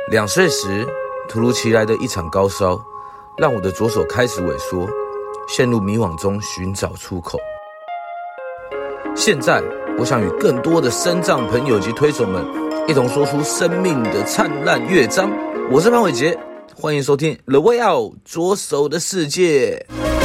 2岁时，突如其来的一场高烧，让我的左手开始萎缩，陷入迷惘中寻找出口。现在，我想与更多的身障朋友及推手们一同说出生命的灿烂乐章。我是潘伟杰，欢迎收听 The Way Out 左手的世界。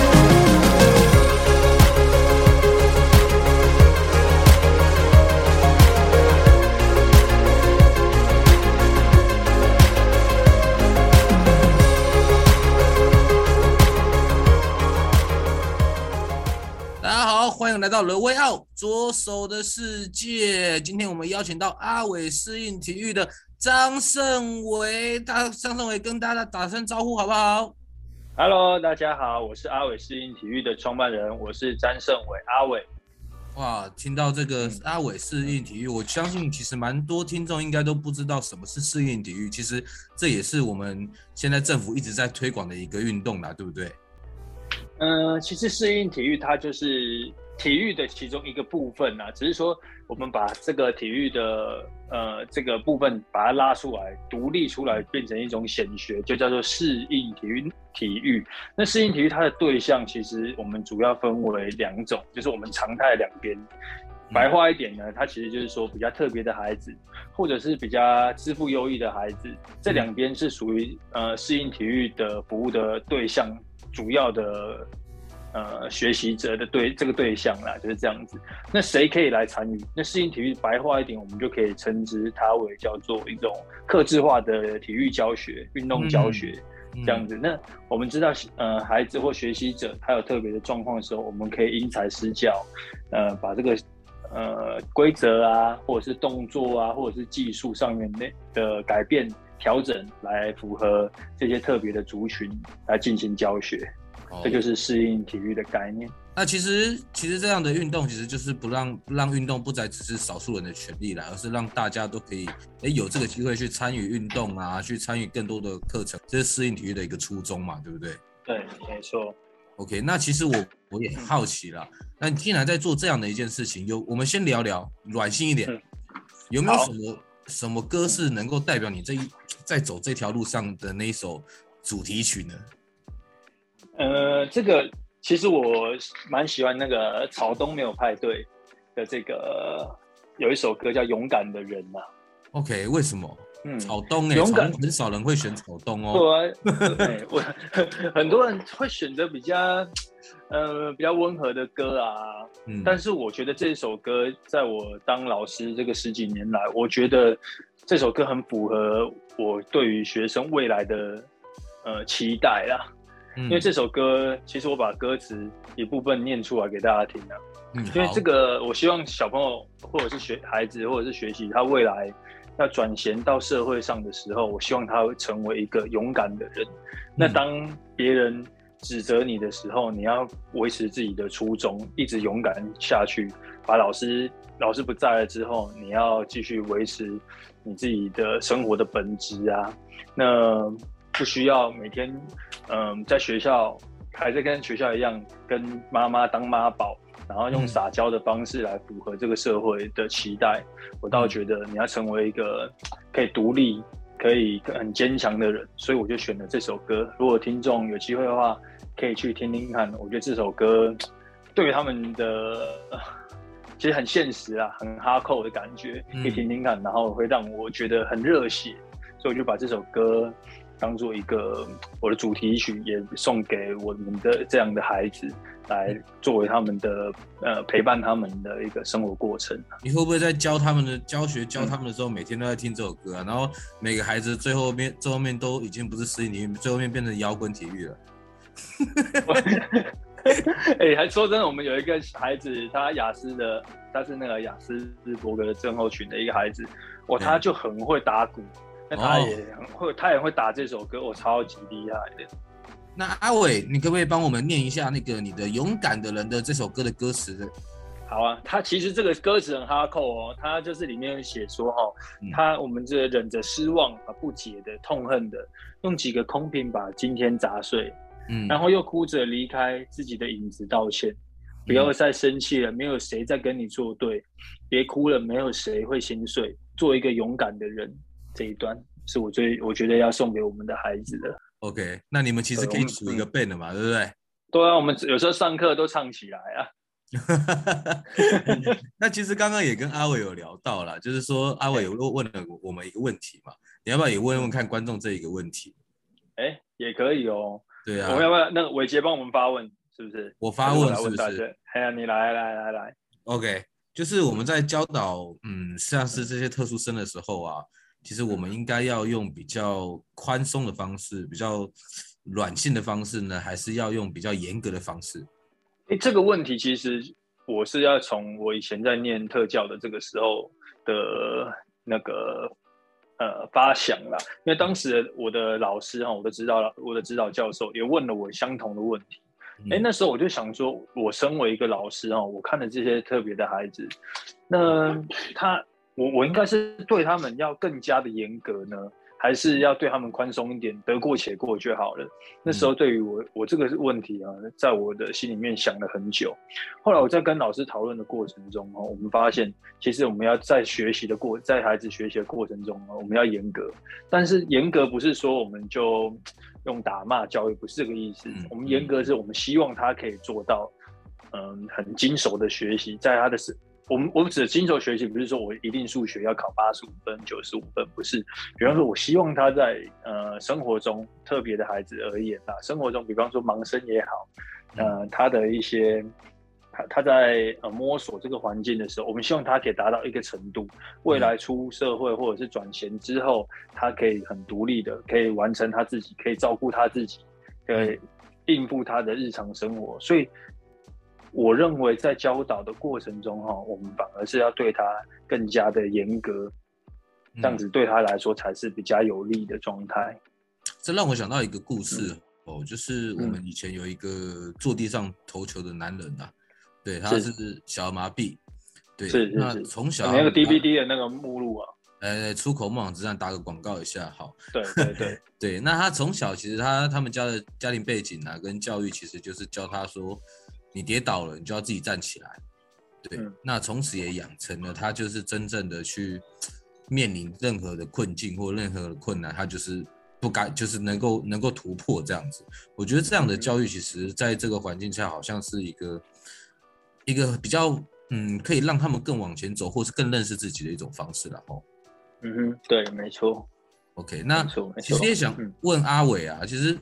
欢迎来到 The Way Out 左手的世界。今天我们邀请到阿伟适应体育的张胜伟，张胜伟跟大家打声招呼好不好 ？Hello， 大家好，我是阿伟适应体育的创办人，我是张胜伟，阿伟。 哇，听到这个阿伟适应体育，我相信其实蛮多听众应该都不知道什么是适应体育，其实这也是我们现在政府一直在推广的一个运动啦，对不对？ 其实适应体育它就是体育的其中一个部分啦，只是说我们把这个体育的这个部分把它拉出来，独立出来，变成一种显学，就叫做适应体育。那适应体育它的对象其实我们主要分为2种，就是我们常态两边。白话一点呢，它其实就是说比较特别的孩子，或者是比较资赋优异的孩子，这两边是属于适应体育的服务的对象。主要的学习者的这个对象啦，就是这样子。那谁可以来参与？那适应体育白话一点，我们就可以称之它为叫做一种客制化的体育教学、运动教学这样子。那我们知道，孩子或学习者他有特别的状况的时候，我们可以因材施教，把这个规则啊，或者是动作啊，或者是技术上面的改变。调整来符合这些特别的族群来进行教学，这就是适应体育的概念。 那其实这样的运动，其实就是不让运动不再只是少数人的权利啦，而是让大家都可以有这个机会去参与运动啊，去参与更多的课程，这是适应体育的一个初衷嘛，对不对？ 对，没错。 OK， 那其实我也很好奇啦，那你既然在做这样的一件事情，我们先聊聊软性一点，有没有什么歌是能够代表你在走这条路上的那一首主题曲呢？ 这个其实我蛮喜欢那个草东没有派对的这个有一首歌叫《勇敢的人》啊。 OK， 为什么？草东勇敢很少人会选草东哦。 对啊，很多人会选择比较温和的歌啊。但是我觉得这首歌在我当老师这个10几年来，我觉得这首歌很符合我对于学生未来的期待啦。因为这首歌其实我把歌词一部分念出来给大家听啊。因为这个我希望小朋友或者是孩子或者是学习他未来要转衔到社会上的时候，我希望他会成为一个勇敢的人。那当别人指责你的时候，你要维持自己的初衷，一直勇敢下去。把老师不在了之后，你要继续维持你自己的生活的本质啊。那不需要每天在学校还是跟学校一样，跟妈妈当妈宝。然后用撒娇的方式来符合这个社会的期待，我倒觉得你要成为一个可以独立、可以很坚强的人，所以我就选了这首歌。如果听众有机会的话，可以去听听看。我觉得这首歌对于他们的其实很现实啊，很哈扣的感觉，可以听听看，然后会让我觉得很热血，所以我就把这首歌当做一个我的主题曲，也送给我们的这样的孩子。来作为他们的陪伴他们的一个生活过程。 你会不会在教他们的时候，每天都在听这首歌啊？然后每个孩子最后面都已经不是适应体育，最后面变成摇滚体育了。 还说真的，我们有一个孩子，他是那个亚斯伯格症候群的一个孩子，他就很会打鼓，那他也会打这首歌，超级厉害的。 那阿伟，你可不可以帮我们念一下那个你的《勇敢的人》的这首歌的歌词的？ 好啊，他其实这个歌词很哈扣哦，他就是里面写说我们这忍着失望、不解的、痛恨的，用几个空瓶把今天砸碎，然后又哭着离开自己的影子道歉，不要再生气了，没有谁在跟你作对，别哭了，没有谁会心碎，做一个勇敢的人。这一段是我觉得要送给我们的孩子的。 OK， 那你们其实可以组一个 band 的嘛，对不对？ 对啊，我们有时候上课都唱起来啊。 那其实刚刚也跟阿伟有聊到啦，就是说阿伟有问了我们一个问题嘛，你要不要也问问看观众这一个问题？ 也可以哦。 对啊， 我们要不要那个伟杰帮我们发问，是不是？ 我发问是不是？ 你来。 OK， 就是我们在教导像是这些特殊生的时候啊，其实我们应该要用比较宽松的方式，比较软性的方式呢，还是要用比较严格的方式？ 这个问题其实我是要从我以前在念特教的这个时候的那个发想啦，因为当时我的老师我的指导教授也问了我相同的问题。那时候我就想说，我身为一个老师我看了这些特别的孩子，那我应该是对他们要更加的严格呢，还是要对他们宽松一点，得过且过就好了？那时候对于我这个问题在我的心里面想了很久。后来我在跟老师讨论的过程中我们发现，其实我们要在孩子学习的过程中我们要严格，但是严格不是说我们就用打骂教育，不是这个意思。我们严格是我们希望他可以做到很精熟的学习，在他的我们指的精熟学习，不是说我一定数学要考85分、95分，不是。比方说，我希望他在生活中特别的孩子而言生活中，比方说盲生也好，他的一些他在摸索这个环境的时候，我们希望他可以达到一个程度，未来出社会或者是转衔之后，他可以很独立的，可以完成他自己，可以照顾他自己，可以应付他的日常生活。所以我认为在教导的过程中我们反而是要对他更加的严格，这样子对他来说才是比较有利的状态。 这让我想到一个故事就是我们以前有一个坐地上投球的男人对，他是小儿麻痹，对，那从小那个 DVD 的那个目录出口梦想之战打个广告一下，好， 对对，那他从小其实他们家的家庭背景跟教育其实就是教他说，你跌倒了，你就要自己站起来，对，那从此也养成了他就是真正的去面临任何的困境或任何的困难，他就是不该就是能够突破这样子。我觉得这样的教育其实在这个环境下好像是一个比较可以让他们更往前走，或是更认识自己的一种方式了对，没错。 OK， 那其实也想问阿伟其实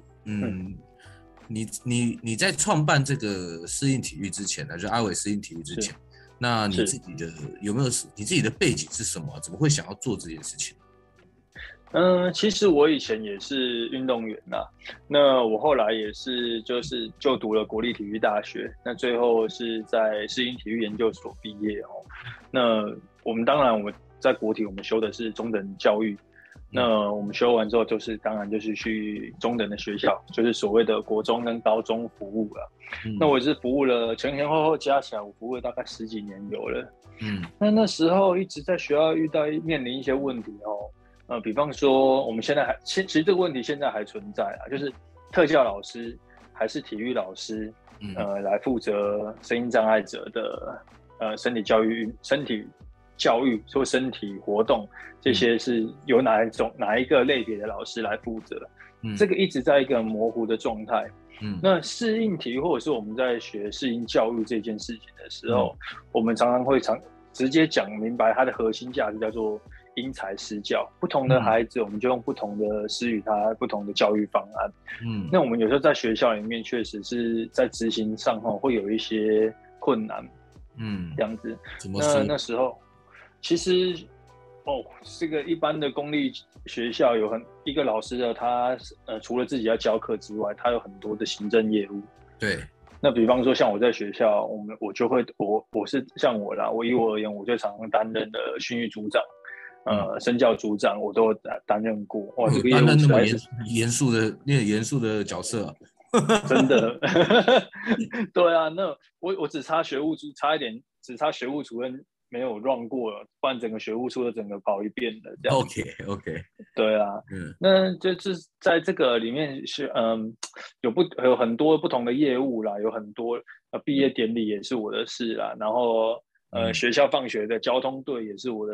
你在创办这个适应体育之前就阿伟适应体育之前，那你自己的有没有你自己的背景是什么？怎么会想要做这件事情？ 其实我以前也是运动员那我后来也是就是就读了国立体育大学，那最后是在适应体育研究所毕业那我们当然我们在国体我们修的是中等教育，那我们修完之后当然就是去中等的学校，就是所谓的国中跟高中服务了。那我是服务了前后加起来，我服务了大概10几年有了。那时候一直在学校面临一些问题比方说我们现在其实这个问题现在还存在就是特教老师还是体育老师来负责身心障碍者的身体教育或身体活动，这些是由哪一个类别的老师来负责这个一直在一个模糊的状态那适应体育或者是我们在学适应教育这件事情的时候我们常常会直接讲明白它的核心价值叫做因材施教，不同的孩子我们就用不同的施予他不同的教育方案那我们有时候在学校里面确实是在执行上会有一些困难这样子那时候其实这个一般的公立学校有一个老师他除了自己要教课之外，他有很多的行政业务。 对， 那比方说像我在学校，我就会我是像我以我而言，我就常常担任的训育组长，身教组长，我都担任过。哇，这个业务担任那么严肃的角色真的，对啊，那我只差学务组，只差学务主任没有 run 过了，不然整个学务处的整个跑一遍的这样。 OK， 对啊，那就是在这个里面是有很多不同的业务啦，有很多毕业典礼也是我的事啦，然后学校放学的交通队也是我的事，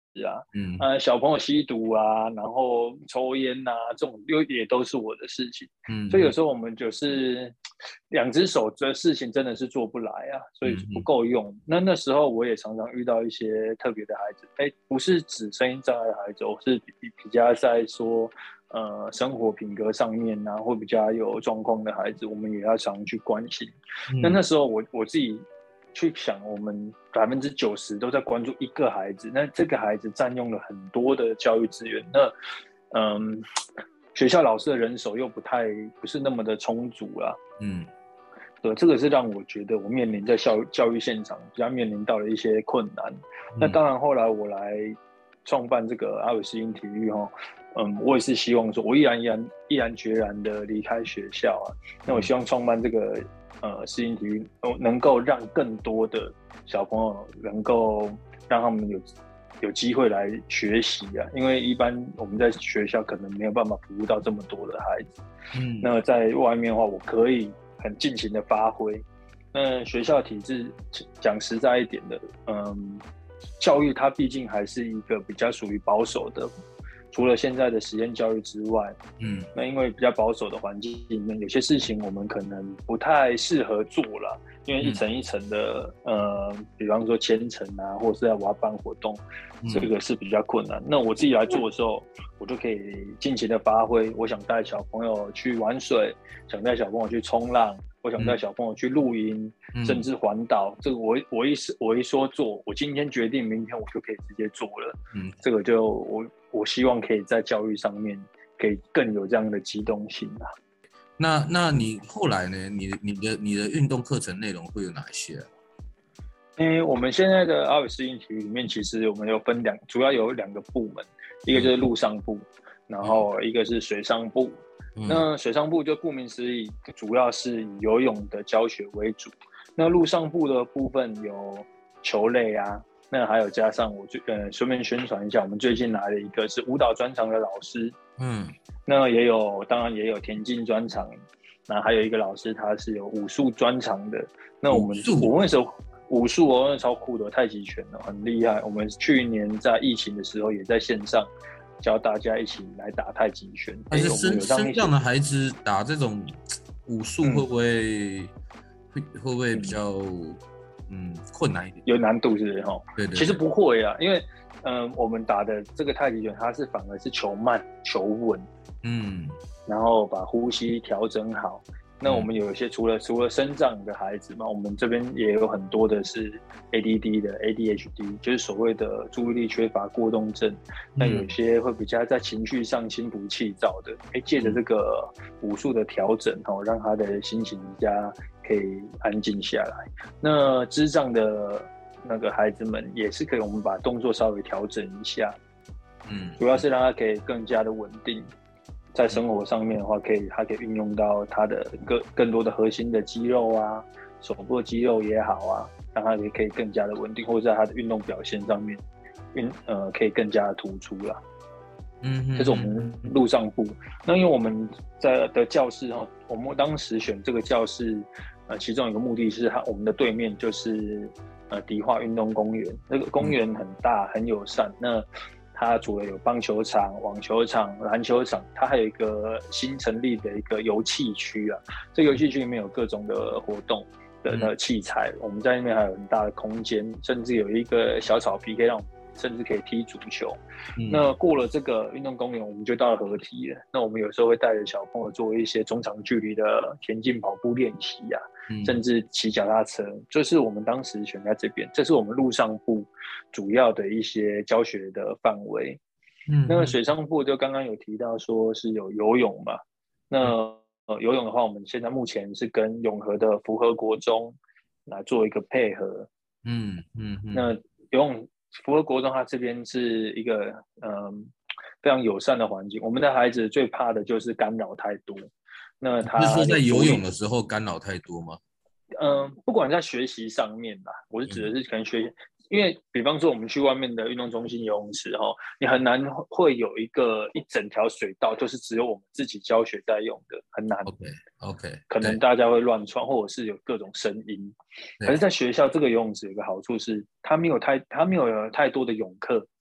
小朋友吸毒啊，然后抽烟啊，这种也都是我的事情。所以有时候我们就是两只手的事情真的是做不来啊，所以不够用。那时候我也常常遇到一些特别的孩子，不是指声音障碍的孩子，我是比较在说生活品格上面啊，会比较有状况的孩子，我们也要常去关心。那时候我自己去想，我们90%都在关注一个孩子，那这个孩子占用了很多的教育资源，那学校老师的人手又不是那么的充足啦。对，这个是让我觉得我面临在教育现场比较面临到了一些困难。那当然后来我来创办这个阿伟世英体育我也是希望说，我毅然决然的离开学校啊。那我希望创办这个世英体育，能够让更多的小朋友能够让他们有机会来学习啊。因为一般我们在学校可能没有办法服务到这么多的孩子。那在外面的话，我可以很尽情的发挥。那学校体制讲实在一点的，教育它毕竟还是一个比较属于保守的。除了现在的实验教育之外，那因为比较保守的环境里面，有些事情我们可能不太适合做啦，因为一层一层的，比方说千层啊，或者是在我要办活动，这个是比较困难。那我自己来做的时候，我就可以尽情的发挥。我想带小朋友去玩水，想带小朋友去冲浪，我想带小朋友去露营，甚至环岛。这个我一说做，我今天决定，明天我就可以直接做了。这个就我希望可以在教育上面可以更有这样的机动性啊。 那你后来呢？你的运动课程内容会有哪一些啊？ 我们现在的阿伟世英体育里面，其实我们有分主要有2个部门，一个就是陆上部，然后一个是水上部。那水上部就顾名思义，主要是以游泳的教学为主。那陆上部的部分有球类啊，那还有加上我顺便宣传一下，我们最近来了一个是舞蹈专长的老师，那当然也有田径专长，那还有一个老师他是有武术专长的。那我那时候武术那超酷的，太极拳很厉害。我们去年在疫情的时候也在线上教大家一起来打太极拳。 但是身障的孩子打这种武术会不会比较困难一点？ 有难度是不是？ 对， 其实不会啊，因为我们打的这个太极拳，它是反而是求慢求稳，然后把呼吸调整好。那我们有一些除了身障的孩子嘛，我们这边也有很多的是 ADD 的 ADHD， 就是所谓的注意力缺乏过动症。那有些会比较在情绪上心浮气躁的，借着这个武术的调整让他的心情比较可以安静下来。那智障的那个孩子们也是可以，我们把动作稍微调整一下，主要是让他可以更加的稳定。在生活上面的话，他可以运用到他的更多的核心的肌肉啊，手部的肌肉也好啊，让他可以更加的稳定，或者在他的运动表现上面，可以更加的突出啦。这是我们陆上部。那因为我们的教室我们当时选这个教室，其中有一个目的是我们的对面就是迪化运动公园，那个公园很大很友善。那它除了有棒球场、网球场、篮球场，它还有一个新成立的一个游憩区啊。这个游憩区里面有各种的活动的器材，我们在那边还有很大的空间，甚至有一个小草皮可以让我们甚至可以踢足球。那过了这个运动公园，我们就到了河堤了。那我们有时候会带着小朋友做一些中长距离的田径跑步练习啊，甚至骑脚踏车。这是我们当时选在这边，这是我们陆上部主要的一些教学的范围。那水上部就刚刚有提到说是有游泳嘛。那游泳的话，我们现在目前是跟永和的福和国中来做一个配合。那游泳福和国中它这边是一个非常友善的环境。我们的孩子最怕的就是干扰太多。那他是说在游泳的时候干扰太多吗？ 不管在学习上面啦，我是指的是可能因为比方说我们去外面的运动中心游泳池你很难会有一整条水道就是只有我们自己教学在用的，很难。 OK， 可能大家会乱窜，或者是有各种声音。可是在学校这个游泳池有个好处是，它没有太多的泳课，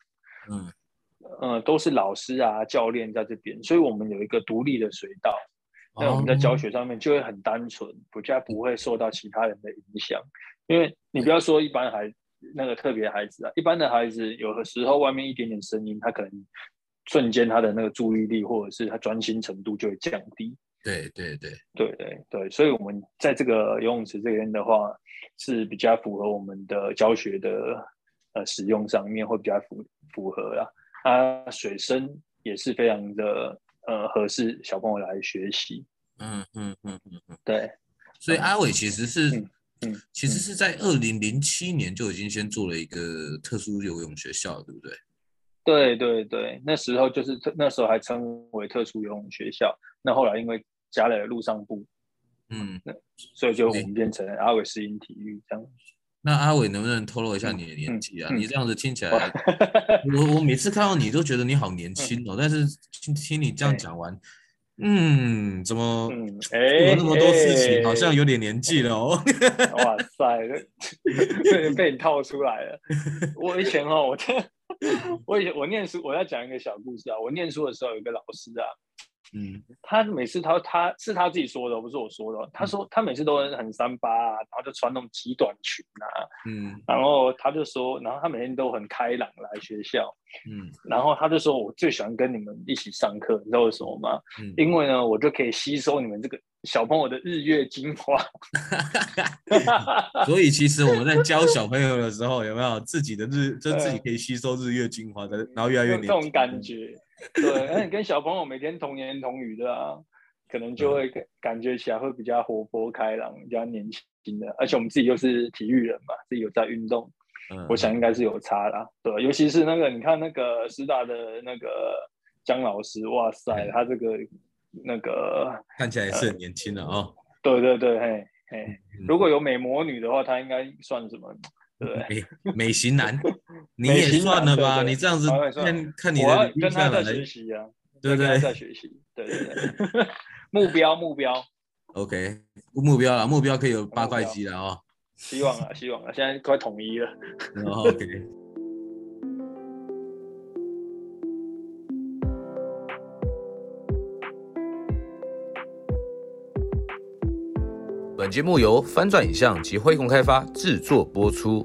都是老师啊、教练在这边，所以我们有一个独立的水道。那我们在教学上面就会很单纯，比较不会受到其他人的影响。因为你不要说一般那个特别的孩子啊，一般的孩子有的时候外面一点点声音，他可能瞬间他的那个注意力或者是他专心程度就会降低。对，所以我们在这个游泳池这边的话，是比较符合我们的教学的使用上面会比较符合啦。水深也是非常的合适小朋友来学习。对。 所以阿伟其实是在2007年就已经先做了一个特殊游泳学校，对不对？ 对，那时候还称为特殊游泳学校。那后来因为加了陆上部，所以就我们变成阿伟适应体育这样。 那阿伟能不能透露一下你的年纪啊？你这样子听起来，我每次看到你都觉得你好年轻哦，但是听你这样讲完，怎么做了那么多事情，好像有点年纪了哦。 哇塞，被你套出来了。我以前我念书，我要讲一个小故事啊。我念书的时候有一个老师啊，他每次他是他自己说的，不是我说的。他说他每次都很三八啊，然后就穿那种极短裙啊，然后他就说，然后他每天都很开朗来学校，然后他就说我最喜欢跟你们一起上课，你知道为什么吗？因为呢，我就可以吸收你们这个小朋友的日月精华。 所以其实我们在教小朋友的时候，有没有自己可以吸收日月精华的，然后越来越年轻这种感觉。对，那你跟小朋友每天同言同语的啊，可能就会感觉起来会比较活泼开朗，比较年轻的。而且我们自己又是体育人嘛，自己有在运动，我想应该是有差啦。对，尤其是那个你看那个师大的那个姜老师，哇塞，他这个那个看起来也是很年轻的哦。 对，嘿，如果有美魔女的话，他应该算什么？对， 美型男，你也算了吧？你这样子看你的， 我要跟他在学习啊， 对不对？ 在学习，对。目标 ，OK， 目标可以有8块肌了哦。 希望啊，现在快统一了。 OK。 本节目由翻转影像及恢宏开发制作播出。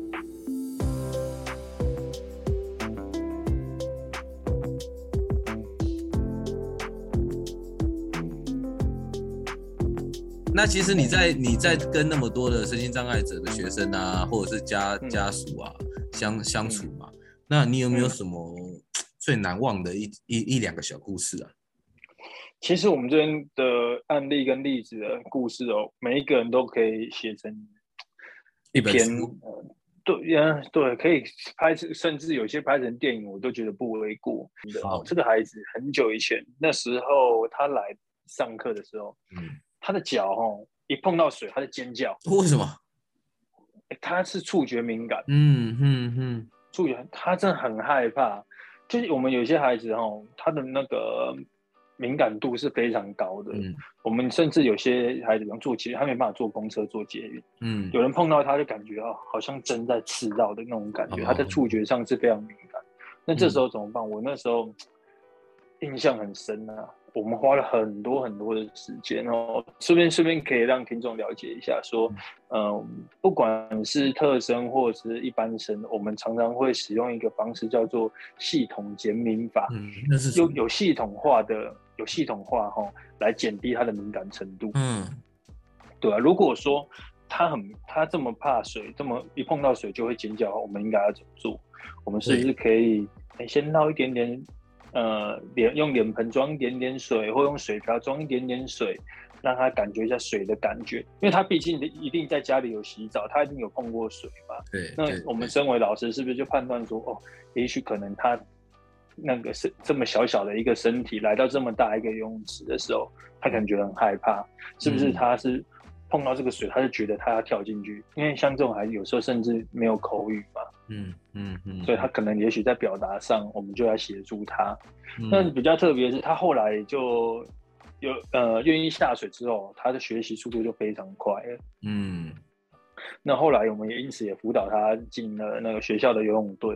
那其实你在跟那么多的身心障碍者的学生啊，或者是家属啊相处嘛，那你有没有什么最难忘的一两个小故事啊？ 其实我们这边的案例跟例子的故事哦，每一个人都可以写成一篇对，可以拍，甚至有些拍成电影，我都觉得不为过。这个孩子很久以前，那时候他来上课的时候，他的脚一碰到水，他就尖叫。 为什么？ 他是触觉敏感。触觉，他真的很害怕。就是我们有些孩子他的那个敏感度是非常高的。我们甚至有些孩子坐捷运，他没办法坐公车坐捷运。有人碰到他就感觉好像针在刺到的那种感觉，他在触觉上是非常敏感。那这时候怎么办？我那时候印象很深啊。我们花了很多的时间顺便可以让听众了解一下说，不管是特生或者是一般生，我们常常会使用一个方式叫做系统减敏法。有系统化来减低他的敏感程度。对啊，如果说他这么怕水，这么一碰到水就会尖叫的话，我们应该要怎么做？我们是不是可以先倒一点点用脸盆装一点点水，或用水瓢装一点点水，让他感觉一下水的感觉。因为他毕竟一定在家里有洗澡，他一定有碰过水嘛。那我们身为老师，是不是就判断说，也许可能他那个是这么小小的一个身体，来到这么大一个游泳池的时候，他可能觉得很害怕，是不是他是碰到这个水，他就觉得他要跳进去？因为像这种孩子，有时候甚至没有口语嘛。所以他可能也许在表达上，我们就要协助他。那比较特别的是，他后来就愿意下水之后，他的学习速度就非常快了。那后来我们也因此也辅导他进了那个学校的游泳队。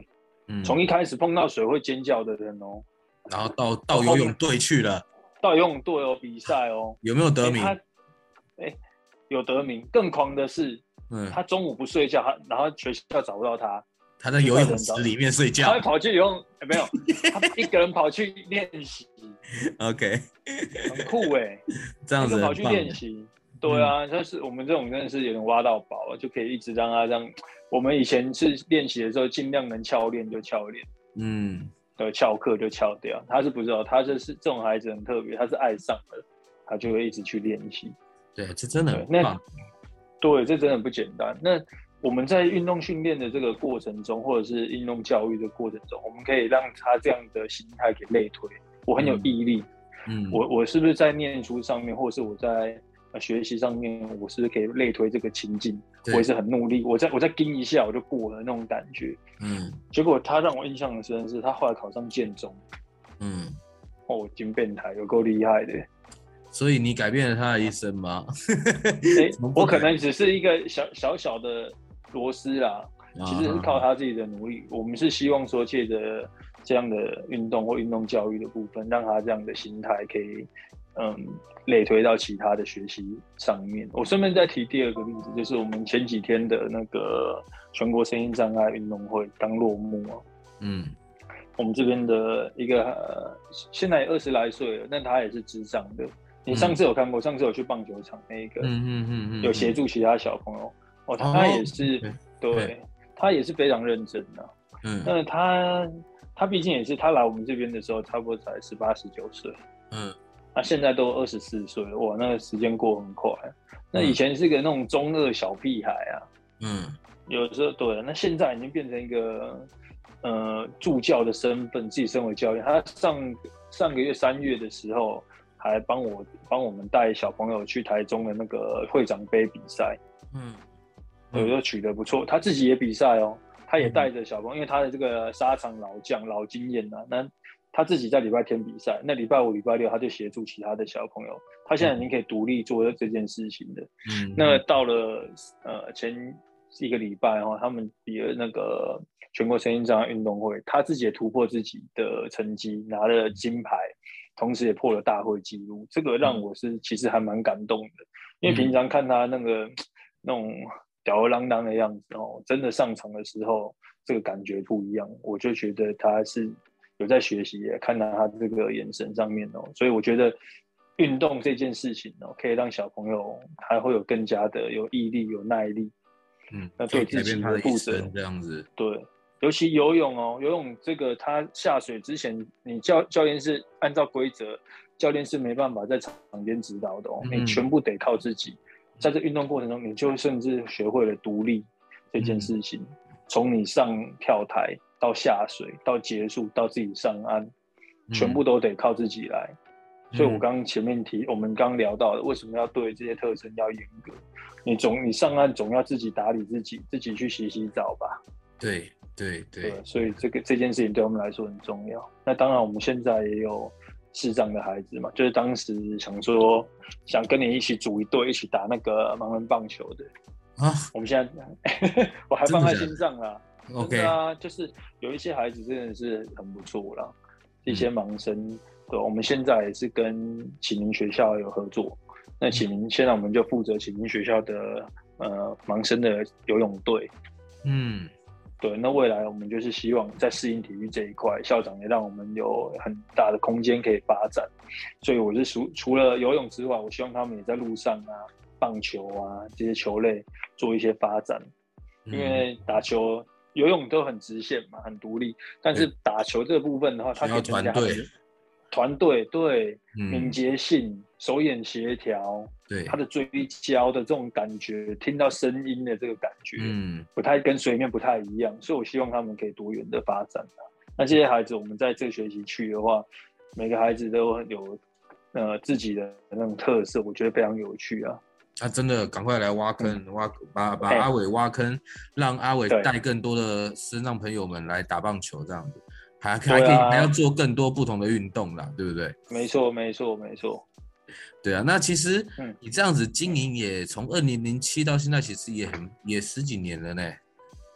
从一开始碰到水会尖叫的人哦， 然后到游泳队去了， 到游泳队哦，比赛哦， 有没有得名？ 有得名。更狂的是，他中午不睡觉，然后学校找不到他， 他在游泳池里面睡觉， 他会跑去游泳，没有，他一个人跑去练习。 OK， 很酷哎， 这样子跑去练习。对啊，但是我们这种真的是有点挖到宝，就可以一直让他这样。我们以前是练习的时候，尽量能翘练就翘练，翘课就翘掉。他是不知道，他就是这种孩子很特别，他是爱上了，他就会一直去练习。 对，这真的很棒。 对，这真的不简单。那我们在运动训练的这个过程中，或者是运动教育的过程中，我们可以让他这样的心态给类推。我很有毅力，我是不是在念书上面，或者是我在学习上面，我是不是可以类推这个情境？我也是很努力，我再盯一下我就过了那种感觉。结果他让我印象很深的是，他后来考上建中，金变态，有够厉害的。 所以你改变了他的一生吗？ 我可能只是一个小的螺丝啦，其实是靠他自己的努力。我们是希望说，借着这样的运动或运动教育的部分，让他这样的心态可以类推到其他的学习上面。我顺便再提第二个例子，就是我们前几天的那个全国身心障碍运动会刚落幕啊。我们这边的一个现在也20来岁了，但他也是智障的。你上次有看过？上次有去棒球场那一个，有协助其他小朋友。他也是，对，他也是非常认真的。那他毕竟也是，他来我们这边的时候，差不多才18、19岁。他现在都24岁了，哇，那个时间过很快。那以前是个那种中二小屁孩啊。有时候对，那现在已经变成一个助教的身份，自己身为教练。他上个月3月的时候。还帮我们带小朋友去台中的那个会长杯比赛，有时候取得不错。他自己也比赛哦，他也带着小朋友，因为他的这个沙场老将老经验啊，那他自己在礼拜天比赛，那礼拜5、礼拜6他就协助其他的小朋友。他现在已经可以独立做这件事情的。那到了前一个礼拜他们比了那个全国身心障碍运动会，他自己也突破自己的成绩，拿了金牌。同时也破了大会纪录，这个让我是其实还蛮感动的，因为平常看他那种吊儿郎当的样子真的上场的时候，这个感觉不一样，我就觉得他是有在学习，也看到他这个眼神上面所以我觉得运动这件事情可以让小朋友还会有更加的有毅力、有耐力，那对自己的负责这样子， 对。尤其游泳游泳这个他下水之前，你教练是按照规则，教练是没办法在场边指导的你全部得靠自己。在这运动过程中，你就甚至学会了独立这件事情，从你上跳台到下水到结束到自己上岸，全部都得靠自己来。所以我刚刚前面我们刚聊到的，为什么要对这些特征要严格？你上岸总要自己打理自己，自己去洗澡吧。 对， 所以这件事情对我们来说很重要。那当然，我们现在也有视障的孩子嘛，就是当时想跟你一起组一队，一起打那个盲人棒球的我们现在我还放在心上啦。 OK 就是有一些孩子真的是很不错啦，一些盲生。对，我们现在也是跟启明学校有合作。那启明现在我们就负责启明学校的盲生的游泳队。对，那未来我们就是希望在适应体育这一块，校长也让我们有很大的空间可以发展。所以我是除了游泳之外，我希望他们也在路上棒球这些球类做一些发展。因为打球、游泳都很直线嘛，很独立，但是打球这个部分的话，它可以增加团队对敏捷性、手眼协调，对他的追焦的这种感觉，听到声音的这个感觉，不太跟水面不太一样，所以我希望他们可以多元的发展那这些孩子，我们在这个学期去的话，每个孩子都有自己的那种特色，我觉得非常有趣真的赶快来挖坑，把阿伟挖坑，让阿伟带更多的身障朋友们来打棒球，这样子。还要做更多不同的运动啦，对不对？ 没错。 对啊，那其实你这样子经营也从2007到现在，其实也10几年了呢。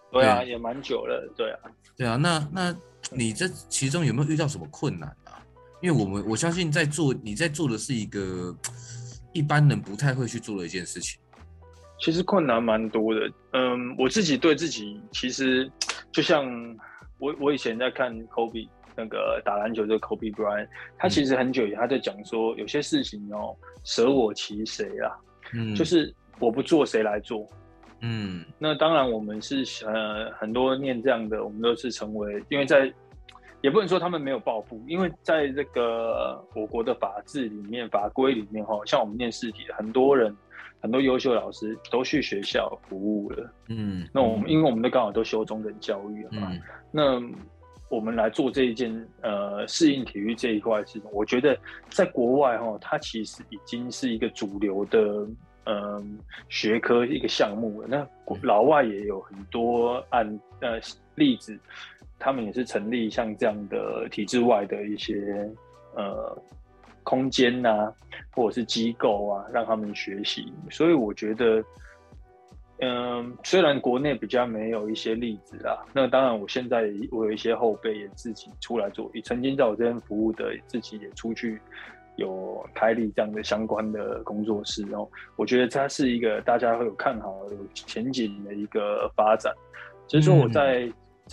对啊，也蛮久了，对啊。 对啊，那你这其中有没有遇到什么困难啊？因为我相信你在做的是一个一般人不太会去做的一件事情。 其实困难蛮多的，我自己对自己其实就像我以前在看 Kobe 那个打篮球的 Kobe Bryant， 他其实很久以前他在讲说，有些事情舍我其谁啦，就是我不做谁来做。那当然我们是很多念这样的，我们都是成为，因为也不能说他们没有抱负，因为在这个我国的法制里面、法规里面像我们念四体的很多人。很多优秀老师都去学校服务了，那因为我们都刚好都修中等教育了嘛，那我们来做这一件适应体育这一块事情，我觉得在国外它其实已经是一个主流的学科一个项目了。那老外也有很多例子，他们也是成立像这样的体制外的一些空间啊，或者是机构啊，让他们学习。所以我觉得，虽然国内比较没有一些例子啦，那当然我现在我有一些后辈也自己出来做，也曾经在我这边服务的，自己也出去有开立这样的相关的工作室。然后我觉得它是一个大家会有看好、有前景的一个发展。所以说我在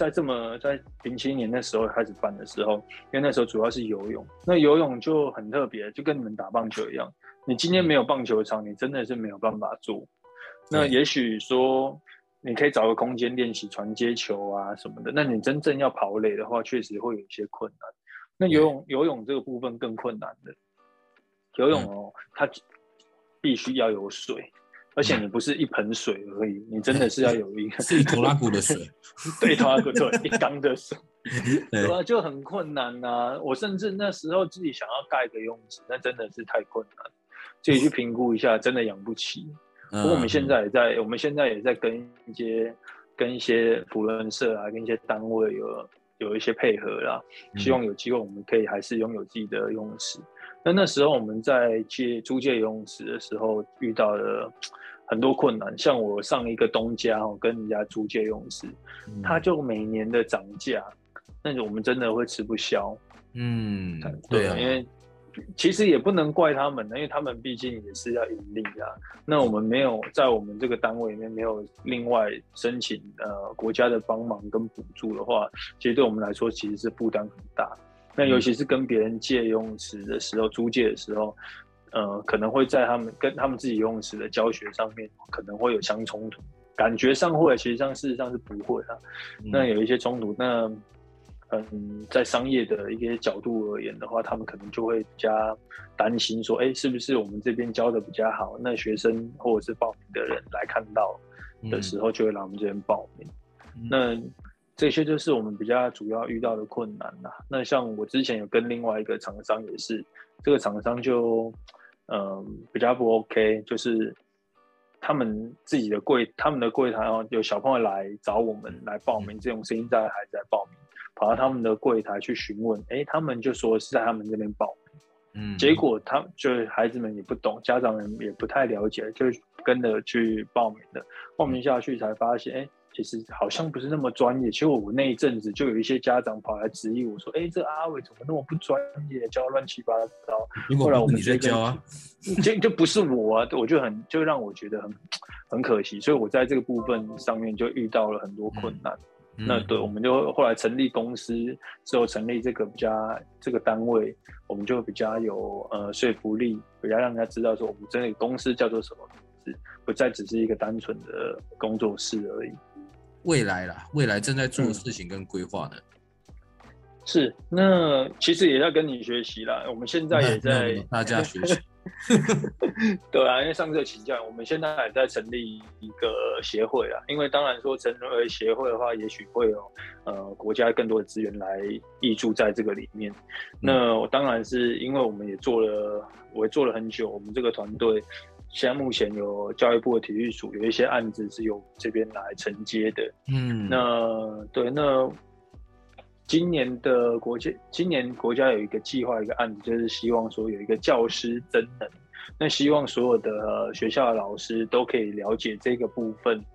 07年那时候开始办的时候，因为那时候主要是游泳，那游泳就很特别，就跟你们打棒球一样，你今天没有棒球场，你真的是没有办法做。那也许说你可以找个空间练习传接球啊什么的，那你真正要跑垒的话，确实会有一些困难。那游泳这个部分更困难的，游泳它必须要有水。而且你不是一盆水而已，你真的是要有一个是一拖拉骨的水， 对，拖拉骨对，一缸的水，对吧？就很困难啊。我甚至那时候自己想要盖个游泳池，那真的是太困难，自己去评估一下，真的养不起。不过我们现在也在跟一些扶轮社啊，跟一些单位有一些配合啦，希望有机会我们可以还是拥有自己的游泳池。那时候我们在租借游泳池的时候遇到了很多困难，像我上一个东家跟人家租借游泳池，他就每年的涨价，那我们真的会吃不消。对啊，因为其实也不能怪他们，因为他们毕竟也是要盈利啊。那我们没有在我们这个单位里面没有另外申请国家的帮忙跟补助的话，其实对我们来说其实是负担很大。那尤其是跟别人借游泳池的时候，租借的时候，可能会在跟他们自己游泳池的教学上面可能会有相冲突，感觉上会，其实事实上是不会啊。那有一些冲突，那在商业的一些角度而言的话，他们可能就会比较担心说，是不是我们这边教的比较好，那学生或者是报名的人来看到的时候，就会来我们这边报名。那这些就是我们比较主要遇到的困难啦。那像我之前有跟另外一个厂商也是，这个厂商就比较不 OK， 就是他们的柜台有小朋友来找我们来报名，这种声音在孩子来报名，跑到他们的柜台去询问，他们就说是在他们这边报名，结果孩子们也不懂，家长们也不太了解，就跟着去报名了。报名下去才发现，其实好像不是那么专业。其实我那一阵子就有一些家长跑来质疑我说：“这阿伟怎么那么不专业，教乱七八糟。”后来我们你在教啊， 就不是我啊，我就让我觉得很可惜。所以我在这个部分上面就遇到了很多困难。那对，我们就后来成立公司之后，成立这个单位，我们就比较有说服力，比较让人家知道说我们这个公司叫做什么名字，不再只是一个单纯的工作室而已。 未来正在做的事情跟规划呢？ 是，那其实也要跟你学习啦。我们现在也在大家学习。 对啊，因为上次请教，我们现在也在成立一个协会啦。因为当然说成为协会的话，也许会有国家更多的资源来挹注在这个里面。那我当然是因为我们也我也做了很久，我们这个团队现在目前有教育部的体育署有一些案子是由这边来承接的。那今年国家有一个计划，一个案子，就是希望说有一个教师增能，那希望所有的学校的老师都可以了解这个部分，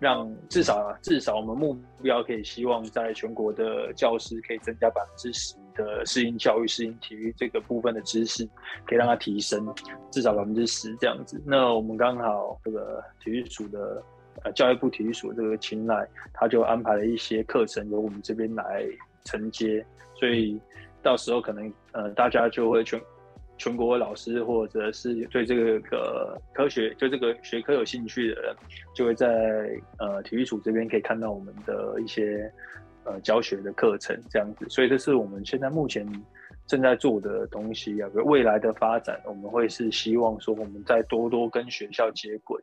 让至少我们目标可以希望在全国的教师可以增加10%的适应教育、适应体育这个部分的知识，可以让它提升至少10%这样子。那我们刚好这个体育署的教育部体育署这个青睐，他就安排了一些课程由我们这边来承接，所以到时候可能大家就会全国老师或者是对这个科学对这个学科有兴趣的人，就会在体育署这边可以看到我们的一些教学的课程这样子。所以这是我们现在目前正在做的东西啊。未来的发展，我们会是希望说我们再多跟学校接轨。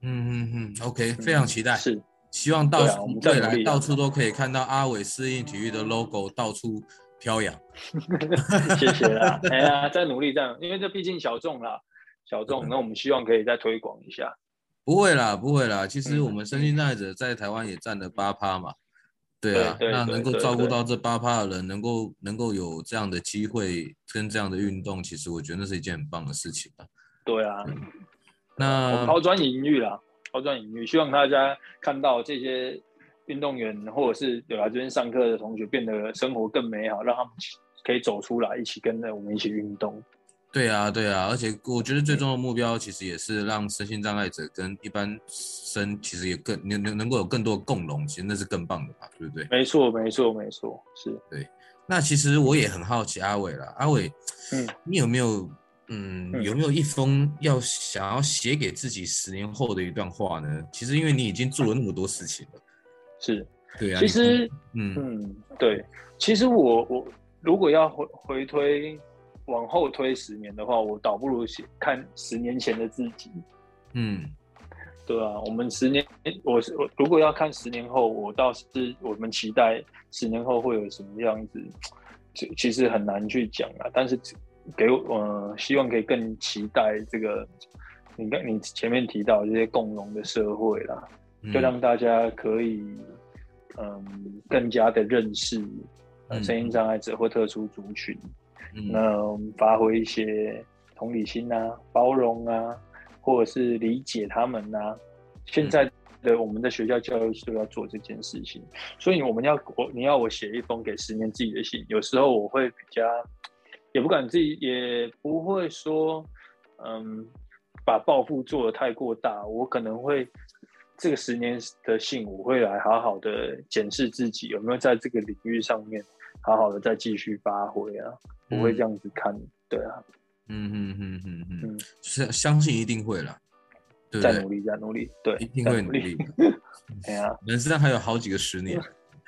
OK， 非常期待。 是， 希望未来到处都可以看到阿伟适应体育的 logo 到处飘扬。 谢谢啦，哎呀，在努力这样，因为这毕竟小众啦，那我们希望可以再推广一下。 不会啦，其实我们身心障碍者在台湾也占了8%嘛。对啊，那能够照顾到这8%的人，能够有这样的机会跟这样的运动，其实我觉得那是一件很棒的事情啊。 对啊。 那抛砖引玉，希望大家看到这些运动员或者是有来这边上课的同学变得生活更美好，让他们可以走出来，一起跟着我们一起运动。 对啊，而且我觉得最终的目标其实也是让身心障碍者跟一般生其实也能够有更多的共融，其实那是更棒的嘛，对不对？ 没错，是。 对，那其实我也很好奇阿伟啦，阿伟，你有没有一封想要写给自己10年后的一段话呢？其实因为你已经做了那么多事情了。 是， 对啊。 其实，对，其实我如果要往后推10年的话，我倒不如看10年前的自己。对啊，我们10年，我如果要看10年后，我们期待10年后会有什么样子，其实很难去讲啊。但是希望可以更期待这个，你前面提到这些共融的社会啦，就让大家可以更加的认识身心障碍者或特殊族群，那我们发挥一些同理心啊、包容啊，或者是理解他们啊。现在的我们的学校教育就要做这件事情，所以你要我写一封给10年自己的信，有时候我会比较也不敢也不会说把抱负做得太过大，我可能会这个10年的信，我会来好好的检视自己有没有在这个领域上面好好的再继续发挥啊，我会这样子看，对啊。 相信一定会啦，对不对？ 再努力，对， 一定会努力。 哎呀， 人生还有好几个10年。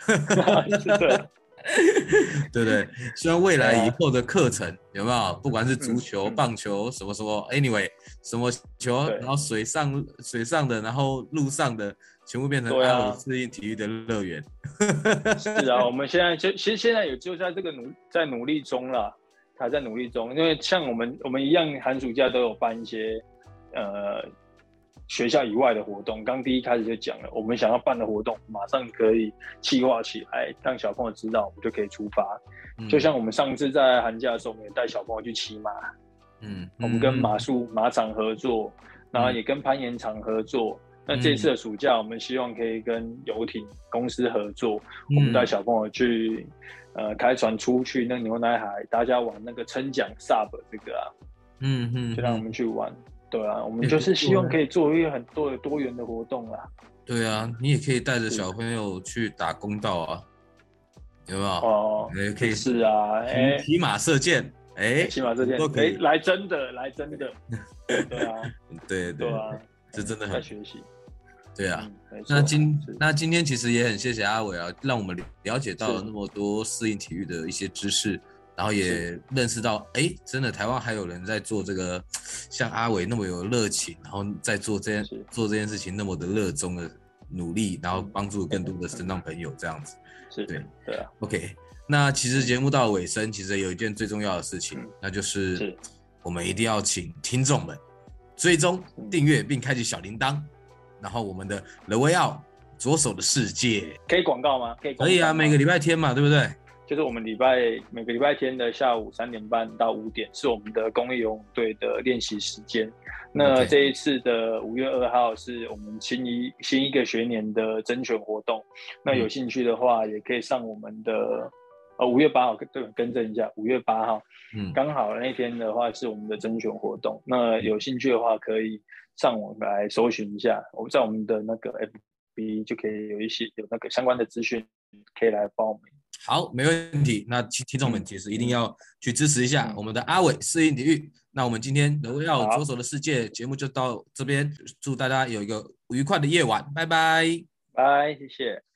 对， 对不对？希望未来以后的课程有没有，不管是足球、棒球什么，anyway， 什么球，然后水上的，然后陆上的，全部变成阿伟适应体育的乐园。 是啊，我们其实现在也就在这个在努力中啦，还在努力中。因为像我们一样，寒暑假都有办一些学校以外的活动。刚第一开始就讲了，我们想要办的活动，马上可以企划起来，让小朋友知道，我们就可以出发。就像我们上次在寒假的时候，我们也带小朋友去骑马。我们跟马场合作，然后也跟攀岩场合作。那这次的暑假，我们希望可以跟游艇公司合作，我们带小朋友去开船出去那牛奶海，大家玩那个称桨 SUP 这个啊，就让我们去玩。对啊，我们就是希望可以做一个很多元的活动啦。 对啊，你也可以带着小朋友去打公道啊，有没有？ 哦， 可以是啊， 骑马射箭， 骑马射箭都可以， 来真的，对啊， 对啊， 这真的很在学习。 对啊，那今天其实也很谢谢阿伟啊，让我们了解到了那么多适应体育的一些知识。然后也认识到，真的台湾还有人在做这个像阿伟那么有热情，然后在做这件事情那么的热衷的努力，然后帮助更多的身障朋友这样子。 对啊。 OK， 那其实节目到了尾声，其实有一件最重要的事情，那就是我们一定要请听众们追踪、订阅并开启小铃铛，然后我们的 The Way Out 左手的世界可以广告吗？ 可以啊，每个礼拜天嘛，对不对？ 就是我们每个礼拜天的下午3点半到5点是我们的公益游泳队的练习时间。那这一次的5月2号是我们新一个学年的甄选活动。那有兴趣的话，也可以上我们的5月8号，对，更正一下，5月8号，刚好那天的话是我们的甄选活动。那有兴趣的话，可以上网来搜寻一下，我在我们的那个 FB 就可以有那个相关的资讯，可以来报名。 好，没问题。那听众们其实一定要去支持一下我们的阿伟适应体育。那我们今天荣耀左手的世界节目就到这边，祝大家有一个愉快的夜晚，拜拜。 拜，谢谢。